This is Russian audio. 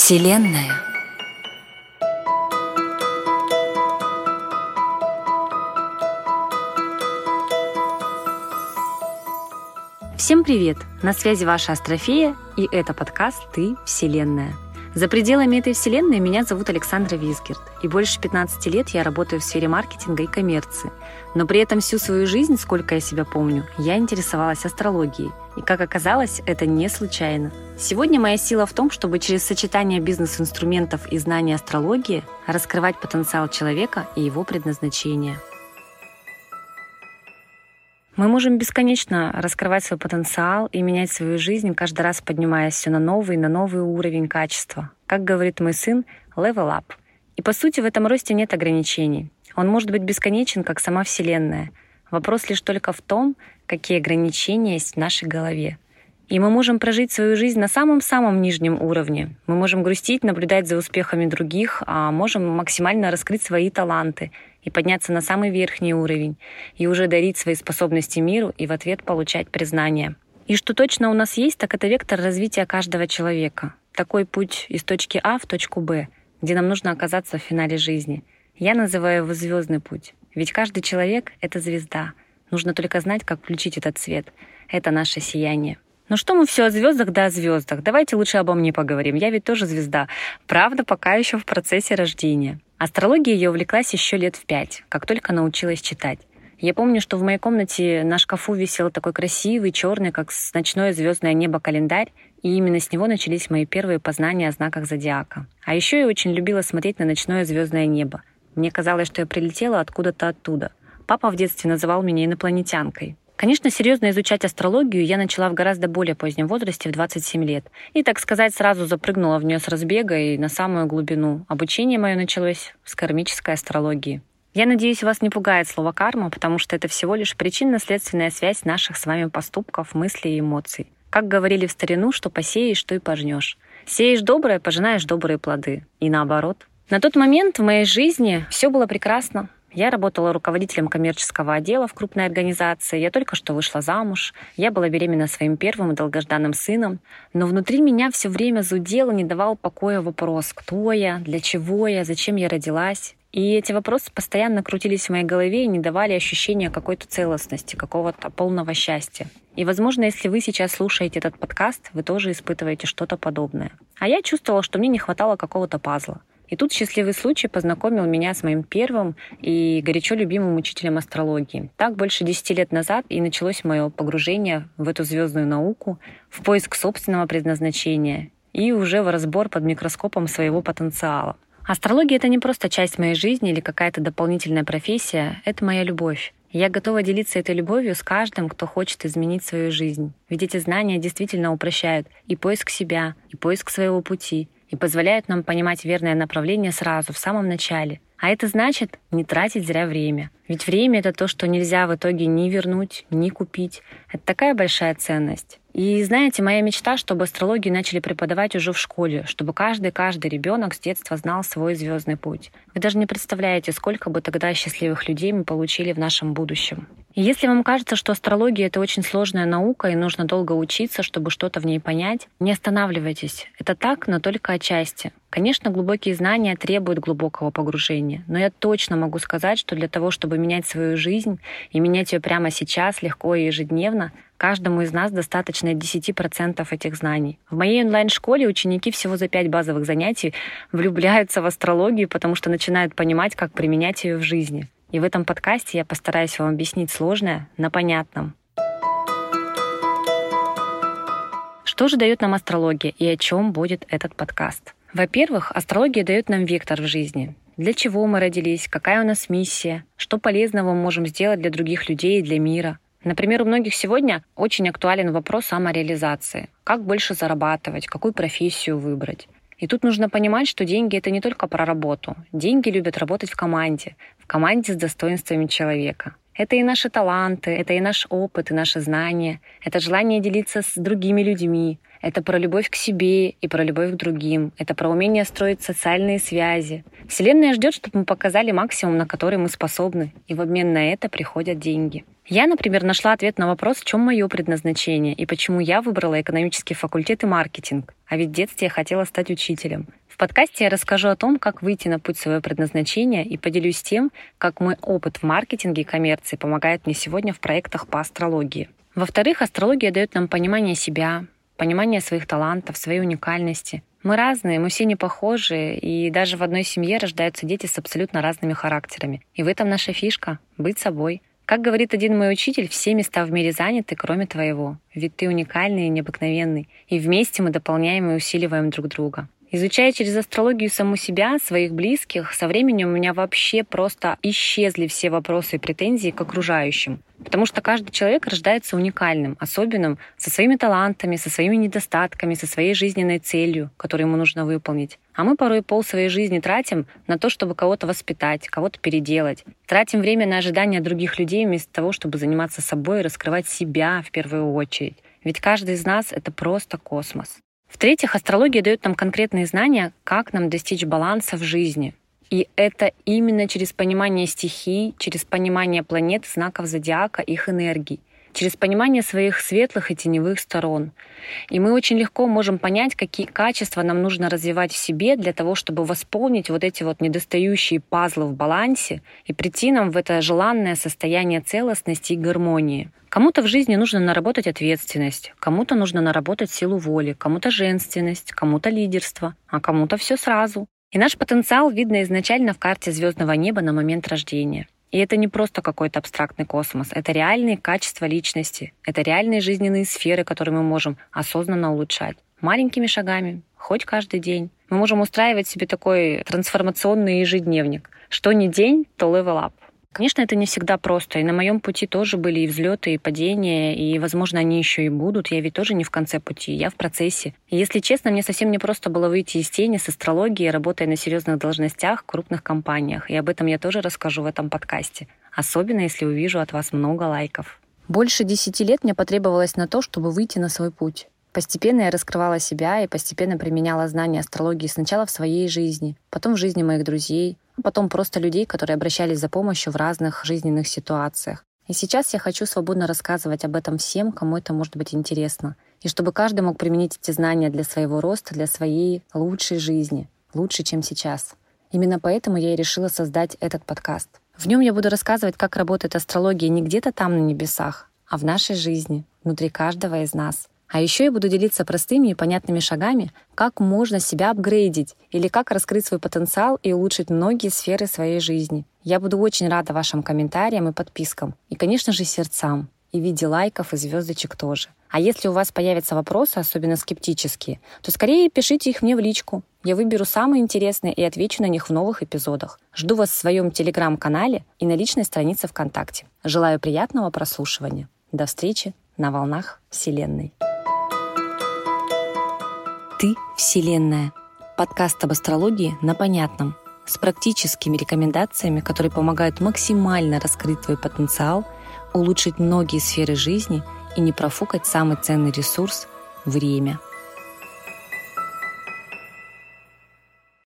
Вселенная. Всем привет! На связи ваша Астрофея, и это подкаст «Ты – Вселенная». За пределами этой вселенной меня зовут Александра Визгерт, и больше 15 лет я работаю в сфере маркетинга и коммерции. Но при этом всю свою жизнь, сколько я себя помню, я интересовалась астрологией. И, как оказалось, это не случайно. Сегодня моя сила в том, чтобы через сочетание бизнес-инструментов и знания астрологии раскрывать потенциал человека и его предназначение. Мы можем бесконечно раскрывать свой потенциал и менять свою жизнь, каждый раз поднимаясь все на новый уровень качества. Как говорит мой сын, level up. И по сути в этом росте нет ограничений. Он может быть бесконечен, как сама Вселенная. Вопрос лишь только в том, какие ограничения есть в нашей голове. И мы можем прожить свою жизнь на самом-самом нижнем уровне. Мы можем грустить, наблюдать за успехами других, а можем максимально раскрыть свои таланты и подняться на самый верхний уровень, и уже дарить свои способности миру и в ответ получать признание. И что точно у нас есть, так это вектор развития каждого человека. Такой путь из точки А в точку Б, где нам нужно оказаться в финале жизни. Я называю его звездный путь. Ведь каждый человек — это звезда. Нужно только знать, как включить этот свет. Это наше сияние. Ну что мы все о звездах да о звездах? Давайте лучше обо мне поговорим. Я ведь тоже звезда. Правда, пока еще в процессе рождения. Астрологией я увлеклась еще лет в 5, как только научилась читать. Я помню, что в моей комнате на шкафу висел такой красивый, черный, как ночное звездное небо, календарь, и именно с него начались мои первые познания о знаках зодиака. А еще я очень любила смотреть на ночное звездное небо. Мне казалось, что я прилетела откуда-то оттуда. Папа в детстве называл меня инопланетянкой. Конечно, серьезно изучать астрологию я начала в гораздо более позднем возрасте, в 27 лет. И, так сказать, сразу запрыгнула в нее с разбега и на самую глубину. Обучение мое началось с кармической астрологии. Я надеюсь, вас не пугает слово «карма», потому что это всего лишь причинно-следственная связь наших с вами поступков, мыслей и эмоций. Как говорили в старину, что посеешь, то и пожнешь. Сеешь доброе, пожинаешь добрые плоды. И наоборот. На тот момент в моей жизни все было прекрасно. Я работала руководителем коммерческого отдела в крупной организации, я только что вышла замуж, я была беременна своим первым и долгожданным сыном, но внутри меня все время зудел и не давал покоя вопрос: кто я, для чего я, зачем я родилась. И эти вопросы постоянно крутились в моей голове и не давали ощущения какой-то целостности, какого-то полного счастья. И, возможно, если вы сейчас слушаете этот подкаст, вы тоже испытываете что-то подобное. А я чувствовала, что мне не хватало какого-то пазла. И тут счастливый случай познакомил меня с моим первым и горячо любимым учителем астрологии. Так больше 10 лет назад и началось мое погружение в эту звездную науку, в поиск собственного предназначения и уже в разбор под микроскопом своего потенциала. Астрология — это не просто часть моей жизни или какая-то дополнительная профессия, это моя любовь. Я готова делиться этой любовью с каждым, кто хочет изменить свою жизнь. Ведь эти знания действительно упрощают и поиск себя, и поиск своего пути, и позволяют нам понимать верное направление сразу, в самом начале. А это значит не тратить зря время. Ведь время — это то, что нельзя в итоге ни вернуть, ни купить. Это такая большая ценность. И знаете, моя мечта, чтобы астрологию начали преподавать уже в школе, чтобы каждый ребенок с детства знал свой звездный путь. Вы даже не представляете, сколько бы тогда счастливых людей мы получили в нашем будущем. И если вам кажется, что астрология — это очень сложная наука и нужно долго учиться, чтобы что-то в ней понять, не останавливайтесь. Это так, но только отчасти. Конечно, глубокие знания требуют глубокого погружения, но я точно могу сказать, что для того, чтобы менять свою жизнь и менять ее прямо сейчас, легко и ежедневно, каждому из нас достаточно 10% этих знаний. В моей онлайн-школе ученики всего за 5 базовых занятий влюбляются в астрологию, потому что начинают понимать, как применять ее в жизни. И в этом подкасте я постараюсь вам объяснить сложное на понятном. Что же дает нам астрология и о чем будет этот подкаст? Во-первых, астрология дает нам вектор в жизни. Для чего мы родились, какая у нас миссия, что полезного мы можем сделать для других людей и для мира. Например, у многих сегодня очень актуален вопрос самореализации. Как больше зарабатывать, какую профессию выбрать. И тут нужно понимать, что деньги — это не только про работу. Деньги любят работать в команде с достоинствами человека. Это и наши таланты, это и наш опыт, и наши знания, это желание делиться с другими людьми, это про любовь к себе и про любовь к другим, это про умение строить социальные связи. Вселенная ждет, чтобы мы показали максимум, на который мы способны, и в обмен на это приходят деньги. Я, например, нашла ответ на вопрос, в чем мое предназначение и почему я выбрала экономический факультет и маркетинг, а ведь в детстве я хотела стать учителем. В подкасте я расскажу о том, как выйти на путь своего предназначения и поделюсь тем, как мой опыт в маркетинге и коммерции помогает мне сегодня в проектах по астрологии. Во-вторых, астрология дает нам понимание себя, понимание своих талантов, своей уникальности. Мы разные, мы все не похожи, и даже в одной семье рождаются дети с абсолютно разными характерами. И в этом наша фишка — быть собой. Как говорит один мой учитель, все места в мире заняты, кроме твоего. Ведь ты уникальный и необыкновенный. И вместе мы дополняем и усиливаем друг друга. Изучая через астрологию саму себя, своих близких, со временем у меня вообще просто исчезли все вопросы и претензии к окружающим. Потому что каждый человек рождается уникальным, особенным, со своими талантами, со своими недостатками, со своей жизненной целью, которую ему нужно выполнить. А мы порой пол своей жизни тратим на то, чтобы кого-то воспитать, кого-то переделать. Тратим время на ожидания других людей вместо того, чтобы заниматься собой и раскрывать себя в первую очередь. Ведь каждый из нас — это просто космос. В-третьих, астрология дает нам конкретные знания, как нам достичь баланса в жизни. И это именно через понимание стихий, через понимание планет, знаков зодиака, их энергий, через понимание своих светлых и теневых сторон. И мы очень легко можем понять, какие качества нам нужно развивать в себе для того, чтобы восполнить вот эти вот недостающие пазлы в балансе и прийти нам в это желанное состояние целостности и гармонии. Кому-то в жизни нужно наработать ответственность, кому-то нужно наработать силу воли, кому-то женственность, кому-то лидерство, а кому-то все сразу. И наш потенциал видно изначально в карте звездного неба на момент рождения. И это не просто какой-то абстрактный космос, это реальные качества личности, это реальные жизненные сферы, которые мы можем осознанно улучшать. Маленькими шагами, хоть каждый день. Мы можем устраивать себе такой трансформационный ежедневник. Что ни день, то level up. Конечно, это не всегда просто, и на моем пути тоже были и взлеты, и падения, и, возможно, они еще и будут. Я ведь тоже не в конце пути, я в процессе. И, если честно, мне совсем не просто было выйти из тени с астрологией, работая на серьезных должностях в крупных компаниях. И об этом я тоже расскажу в этом подкасте. Особенно, если увижу от вас много лайков. Больше 10 лет мне потребовалось на то, чтобы выйти на свой путь. Постепенно я раскрывала себя и постепенно применяла знания астрологии сначала в своей жизни, потом в жизни моих друзей, а потом просто людей, которые обращались за помощью в разных жизненных ситуациях. И сейчас я хочу свободно рассказывать об этом всем, кому это может быть интересно. И чтобы каждый мог применить эти знания для своего роста, для своей лучшей жизни, лучше, чем сейчас. Именно поэтому я и решила создать этот подкаст. В нем я буду рассказывать, как работает астрология не где-то там на небесах, а в нашей жизни, внутри каждого из нас. А еще я буду делиться простыми и понятными шагами, как можно себя апгрейдить или как раскрыть свой потенциал и улучшить многие сферы своей жизни. Я буду очень рада вашим комментариям и подпискам. И, конечно же, сердцам. И в виде лайков и звездочек тоже. А если у вас появятся вопросы, особенно скептические, то скорее пишите их мне в личку. Я выберу самые интересные и отвечу на них в новых эпизодах. Жду вас в своем телеграм-канале и на личной странице ВКонтакте. Желаю приятного прослушивания. До встречи на волнах Вселенной. «Ты — Вселенная» — подкаст об астрологии на понятном, с практическими рекомендациями, которые помогают максимально раскрыть твой потенциал, улучшить многие сферы жизни и не профукать самый ценный ресурс — время.